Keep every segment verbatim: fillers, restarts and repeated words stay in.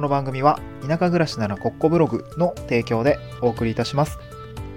の番組は田舎暮らしならコッコブログの提供でお送りいたします。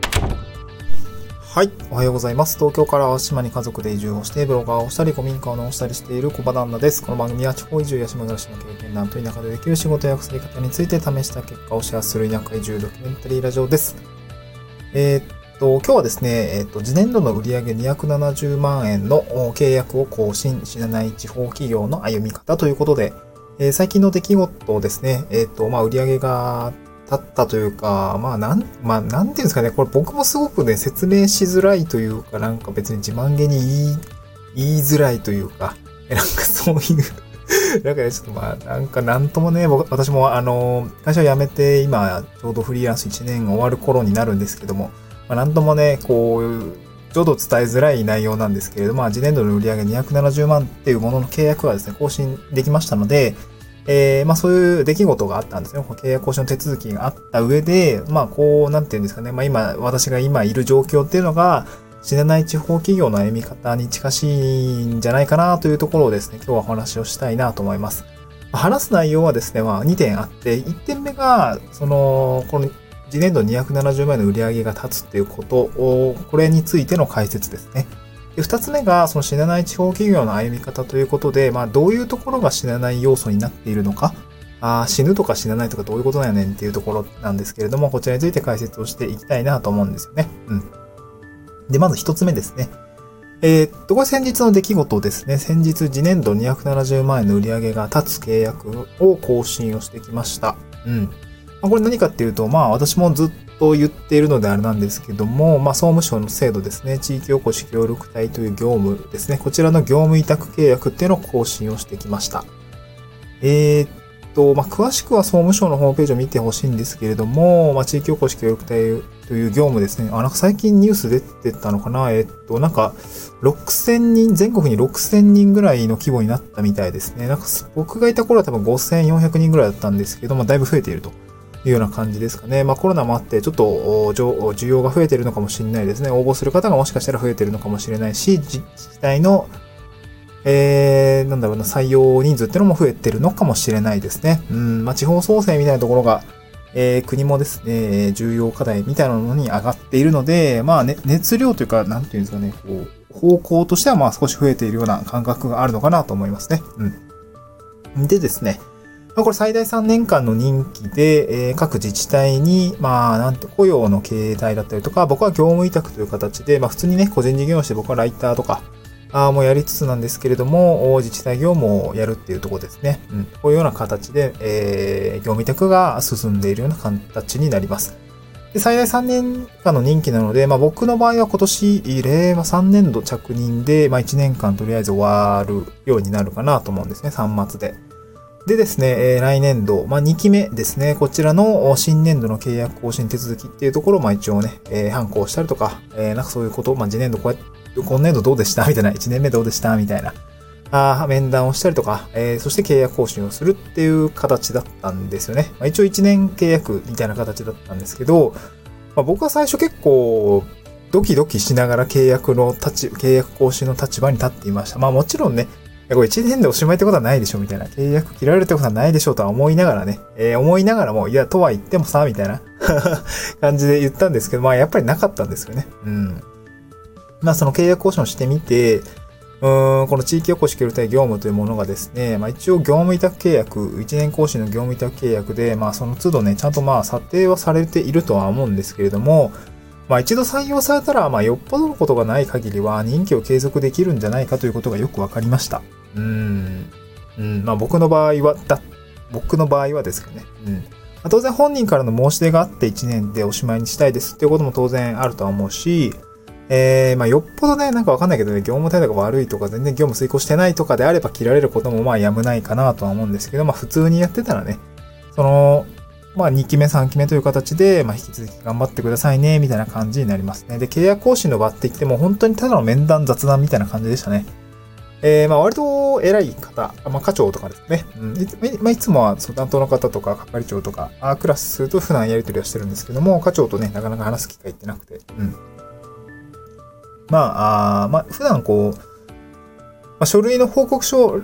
はい、おはようございます。東京から淡島に家族で移住をしてブロガーをしたり古民家を直したりしている小場旦那です。この番組は地方移住や島暮らしの経験談と田舎でできる仕事や稼ぎ方について試した結果をシェアする田舎移住ドキュメンタリーラジオです。えー、っと今日はですね、えー、っと次年度の売上にひゃくななじゅうまんえんの契約を更新しない地方企業の歩み方ということで、えー、最近の出来事ですね、えー、っとまあ売上が立ったというか、まあなん、まあなんていうんですかね、これ僕もすごくね、説明しづらいというか、なんか別に自慢げに言い、言いづらいというか、なんかそういうなんかね、ちょっとまあ、なんかなんともね、僕、私もあの、会社を辞めて今、ちょうどフリーランスいちねん終わる頃になるんですけども、まあなんともね、こう、ちょうど伝えづらい内容なんですけれども、まあ、次年度の売上にひゃくななじゅうまんっていうものの契約がですね、更新できましたので、えー、まあそういう出来事があったんですね。契約更新の手続きがあった上で、まあこう、なんていうんですかね。まあ今、私が今いる状況っていうのが、死なない地方企業の歩み方に近しいんじゃないかなというところをですね、今日はお話をしたいなと思います。話す内容はですね、まあにてんあって、いってんめが、その、この次年度にひゃくななじゅうまんえんの売上が立つっていうことを、これについての解説ですね。で、二つ目が、その死なない地方企業の歩み方ということで、まあ、どういうところが死なない要素になっているのか、あ死ぬとか死なないとかどういうことなんやねんっていうところなんですけれども、こちらについて解説をしていきたいなと思うんですよね。うん。で、まず一つ目ですね。えー、っと、これ先日の出来事ですね。先日、次年度にひゃくななじゅうまんえんの売上が立つ契約を更新をしてきました。うん。まあ、これ何かっていうと、まあ、私もずっとと言っているのであれなんですけども、まあ、総務省の制度ですね、地域おこし協力隊という業務ですね、こちらの業務委託契約っていうのを更新をしてきました。えー、っと、まあ、詳しくは総務省のホームページを見てほしいんですけれども、まあ、地域おこし協力隊という業務ですね、あ、なんか最近ニュース出てたのかな、えー、っと、なんか、ろくせんにん、全国にろくせんにんぐらいの規模になったみたいですね。なんか、僕がいた頃は多分ごせんよんひゃくにんぐらいだったんですけども、だいぶ増えていると。いうような感じですかね。まあコロナもあってちょっと需要が増えているのかもしれないですね。応募する方がもしかしたら増えているのかもしれないし、自治体の、えー、なんだろうな、採用人数っていうのも増えているのかもしれないですね。うん、まあ地方創生みたいなところが、えー、国もですね、重要課題みたいなのに上がっているので、まあ、ね、熱量というか、なんていうんですかね、こう、方向としてはまあ少し増えているような感覚があるのかなと思いますね。うん。でですね、これ最大さんねんかんの任期で、えー、各自治体に、まあ、なんて、雇用の形態だったりとか、僕は業務委託という形で、まあ普通にね、個人事業主で僕はライターとか、あもうやりつつなんですけれども、自治体業務をやるっていうところですね。うん。こういうような形で、えー、業務委託が進んでいるような形になります。で、最大さんねんかんの任期なので、まあ僕の場合は今年、令和さんねんど着任で、まあいちねんかんとりあえず終わるようになるかなと思うんですね。さん末で。でですね、えー、来年度、まあ、にきめですね、こちらの新年度の契約更新手続きっていうところを、まあ、一応ね、えー、反抗したりとか、えー、なんかそういうこと、まあ、次年度こうやって、今年度どうでしたみたいな、いちねんめどうでしたみたいな、あ面談をしたりとか、えー、そして契約更新をするっていう形だったんですよね。まあ、一応いちねん契約みたいな形だったんですけど、まあ、僕は最初結構、ドキドキしながら契約の立ち、契約更新の立場に立っていました。まあもちろんね、これいちねんでおしまいってことはないでしょみたいな。契約切られるってことはないでしょとは思いながらね。えー、思いながらも、いや、とは言ってもさ、みたいな感じで言ったんですけど、まあやっぱりなかったんですよね。うん。まあその契約交渉してみて、うーん、この地域おこし協力隊業務というものがですね、まあ一応業務委託契約、いちねん更新の業務委託契約で、まあその都度ね、ちゃんとまあ査定はされているとは思うんですけれども、まあ一度採用されたら、まあよっぽどのことがない限りは任期を継続できるんじゃないかということがよくわかりました。うーん。うん。まあ僕の場合は、だ、僕の場合はですかね。うん。まあ、当然本人からの申し出があっていちねんでおしまいにしたいですっていうことも当然あるとは思うし、えー、まあよっぽどね、なんかわかんないけどね、業務態度が悪いとか全然業務遂行してないとかであれば切られることもまあやむないかなとは思うんですけど、まあ普通にやってたらね、その、まあにきめさんきめという形で、まあ引き続き頑張ってくださいね、みたいな感じになりますね。で、契約更新の場って言っても本当にただの面談雑談みたいな感じでしたね。えー、まあ割と偉い方、まあ課長とかですね。うん、い, まあ、いつもは担当の方とか係長とか、あクラスと普段やり取りはしてるんですけども、課長とね、なかなか話す機会ってなくて。うん。まあ、あまあ普段こう、まあ、書類の報告書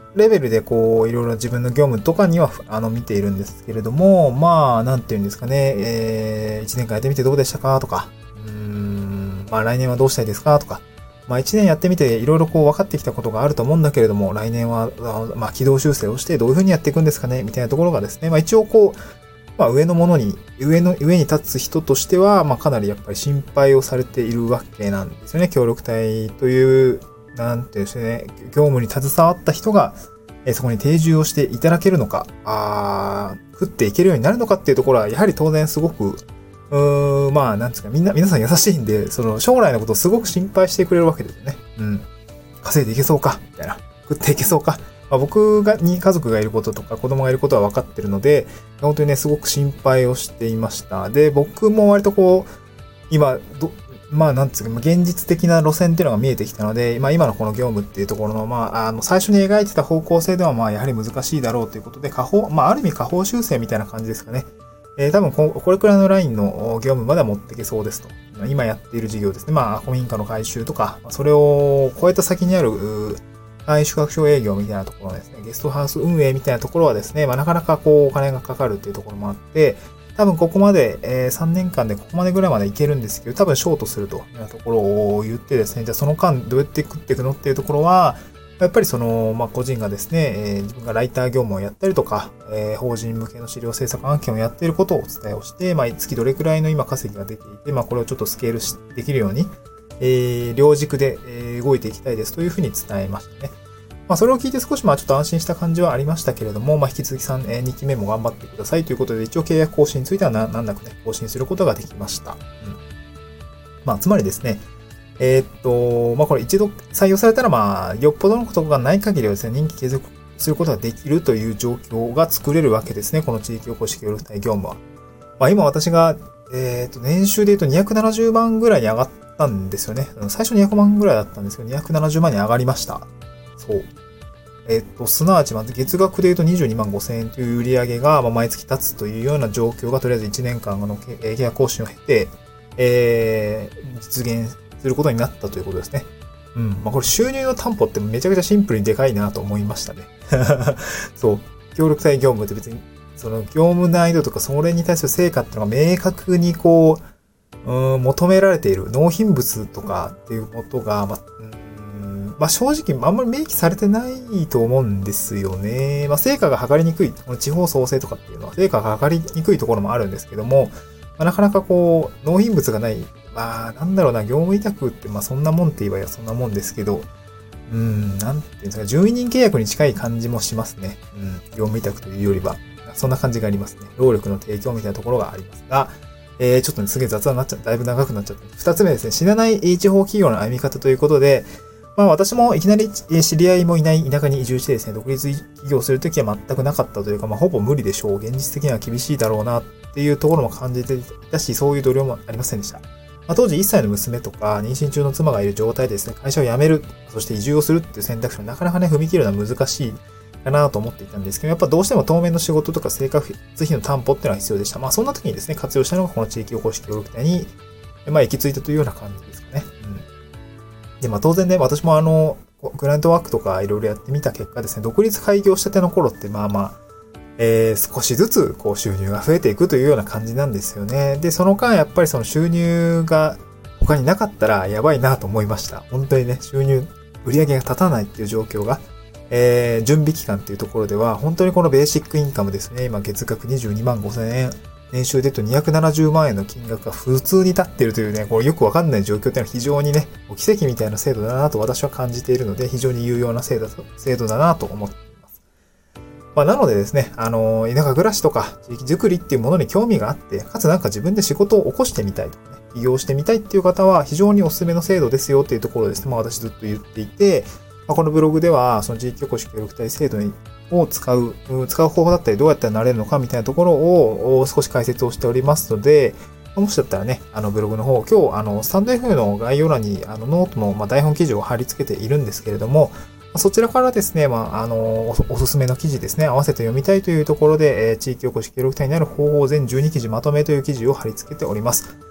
レベルでこう、いろいろ自分の業務とかには、あの、見ているんですけれども、まあ、なんていうんですかね、えー、いちねんかんやってみてどうでしたかとか、うーん、まあ来年はどうしたいですかとか、まあいちねんやってみていろいろこう分かってきたことがあると思うんだけれども、来年は、まあ軌道修正をしてどういうふうにやっていくんですかねみたいなところがですね、まあ一応こう、まあ上のものに、上の、上に立つ人としては、まあかなりやっぱり心配をされているわけなんですよね。協力隊という、なんていうんですね、業務に携わった人が、えそこに定住をしていただけるのか、あ食っていけるようになるのかっていうところは、やはり当然すごく、うーん、まあ、なんですか、みんな、皆さん優しいんで、その、将来のことをすごく心配してくれるわけですよね。うん。稼いでいけそうかみたいな。食っていけそうかまあ、僕が、に家族がいることとか、子供がいることは分かってるので、本当にね、すごく心配をしていました。で、僕も割とこう、今、ど、まあ、なんつうか、現実的な路線っていうのが見えてきたので、まあ、今のこの業務っていうところの、まあ、あの、最初に描いてた方向性では、まあ、やはり難しいだろうということで、下方、まあ、ある意味下方修正みたいな感じですかね。えー、多分こ、これくらいのラインの業務までは持っていけそうですと。今やっている事業ですね。まあ、古民家の改修とか、それを超えた先にある、簡易宿泊所営業みたいなところですね。ゲストハウス運営みたいなところはですね、まあ、なかなかこう、お金がかかるっていうところもあって、多分ここまで、えー、さんねんかんでここまでぐらいまでいけるんですけど、多分ショートするというところを言ってですね、じゃあその間どうやって食っていくのっていうところは、やっぱりその、まあ、個人がですね、えー、自分がライター業務をやったりとか、えー、法人向けの資料制作案件をやっていることをお伝えをして、まあ、月どれくらいの今稼ぎが出ていて、まあ、これをちょっとスケールしできるように、えー、両軸で、えー、動いていきたいですというふうに伝えましたね。まあ、それを聞いて少しまあちょっと安心した感じはありましたけれども、まあ、引き続きさん、えー、にきめも頑張ってくださいということで、一応契約更新についてはな難なくね、更新することができました。うん。まあ、つまりですね、えー、っと、まあ、これ一度採用されたら、まあ、よっぽどのことがない限りはですね、任期継続することができるという状況が作れるわけですね、この地域おこし協力隊業務は。まあ、今私が、えー、っと、年収で言うとにひゃくななじゅうまんぐらいに上がったんですよね。最初にひゃくまんぐらいだったんですけど、にひゃくななじゅうまんに上がりました。そう。えっと、すなわち、まず月額で言うとにじゅうにまんごせんえんという売り上げが、まあ、毎月立つというような状況が、とりあえずいちねんかんの契約更新を経て、えー、実現することになったということですね。うん。まあ、これ収入の担保ってめちゃくちゃシンプルにでかいなと思いましたね。そう。協力隊業務って別に、その業務難易度とかそれに対する成果っていうのが明確にこう、うん、求められている納品物とかっていうことが、まあ、うんまあ正直あんまり明記されてないと思うんですよね。まあ成果が測りにくい。この地方創生とかっていうのは成果が測りにくいところもあるんですけども、まあ、なかなかこう、納品物がない。まあなんだろうな、業務委託ってまあそんなもんって言えばそんなもんですけど、うん、なんていうんですか、従業員契約に近い感じもしますね。うん、業務委託というよりは、そんな感じがありますね。労力の提供みたいなところがありますが、えー、ちょっとね、すげえ雑談になっちゃって、だいぶ長くなっちゃって。二つ目ですね、死なない地方企業の歩み方ということで、まあ私もいきなり知り合いもいない田舎に移住してですね、独立企業するときは全くなかったというか、まあほぼ無理でしょう。現実的には厳しいだろうなっていうところも感じていたし、そういう度量もありませんでした。まあ、当時いっさいの娘とか妊娠中の妻がいる状態でですね、会社を辞める、そして移住をするっていう選択肢はなかなかね、踏み切るのは難しいかなと思っていたんですけど、やっぱどうしても当面の仕事とか生活費の担保っていうのは必要でした。まあそんな時にですね、活用したのがこの地域おこし協力隊に、まあ行き着いたというような感じですかね。うん。で、まあ当然ね、私もあの、クライアントワークとかいろいろやってみた結果ですね、独立開業したての頃ってまあまあ、えー、少しずつこう収入が増えていくというような感じなんですよね。で、その間やっぱりその収入が他になかったらやばいなと思いました。本当にね、収入、売上が立たないっていう状況が、えー、準備期間っていうところでは、本当にこのベーシックインカムですね、今月額にじゅうにまんごせんえん、年収で言うとにひゃくななじゅうまんえんの金額が普通に立っているというね、これよくわかんない状況っていうのは非常にね、奇跡みたいな制度だなと私は感じているので、非常に有用な制度、制度だなと思っています。まあ、なのでですね、あの、田舎暮らしとか地域づくりっていうものに興味があって、かつなんか自分で仕事を起こしてみたいとかね、起業してみたいっていう方は非常におすすめの制度ですよっていうところですね、まあ私ずっと言っていて、まあ、このブログでは、その地域おこし協力隊制度を使う、使う方法だったりどうやったらなれるのかみたいなところを少し解説をしておりますので、もしだったらね、あのブログの方、今日、あの、スタンド エフエム の概要欄に、あの、ノートの、まあ、台本記事を貼り付けているんですけれども、そちらからですね、まあ、あの、お、おすすめの記事ですね、合わせて読みたいというところで、えー、地域おこし協力隊になる方法全じゅうにきじまとめという記事を貼り付けております。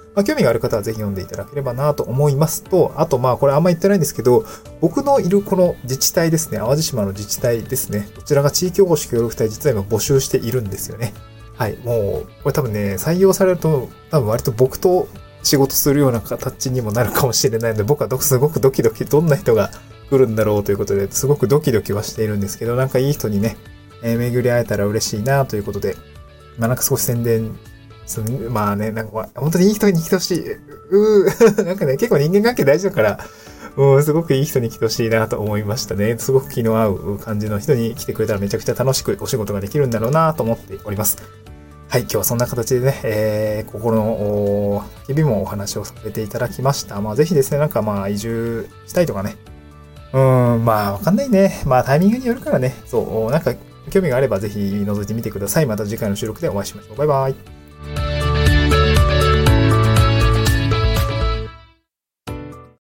まあ、興味がある方はぜひ読んでいただければなと思いますと、あとまあこれあんま言ってないんですけど、僕のいるこの自治体ですね、淡路島の自治体ですね、こちらが地域おこし協力隊実は今募集しているんですよね。はい、もう、これ多分ね、採用されると、多分割と僕と仕事するような形にもなるかもしれないので、僕はすごくドキドキ、どんな人が来るんだろうということで、すごくドキドキはしているんですけど、なんかいい人にね、えー、巡り会えたら嬉しいなということで、まあなんか少し宣伝、まあね、なんか本当にいい人に来てほしい。うー、なんかね、結構人間関係大事だから、うん、すごくいい人に来てほしいなと思いましたね。すごく気の合う感じの人に来てくれたらめちゃくちゃ楽しくお仕事ができるんだろうなと思っております。はい、今日はそんな形でね、えー、心の日々もお話をさせていただきました。まあぜひですね、なんかまあ移住したいとかね。うーん、まあわかんないね。まあタイミングによるからね。そう、なんか興味があればぜひ覗いてみてください。また次回の収録でお会いしましょう。バイバイ。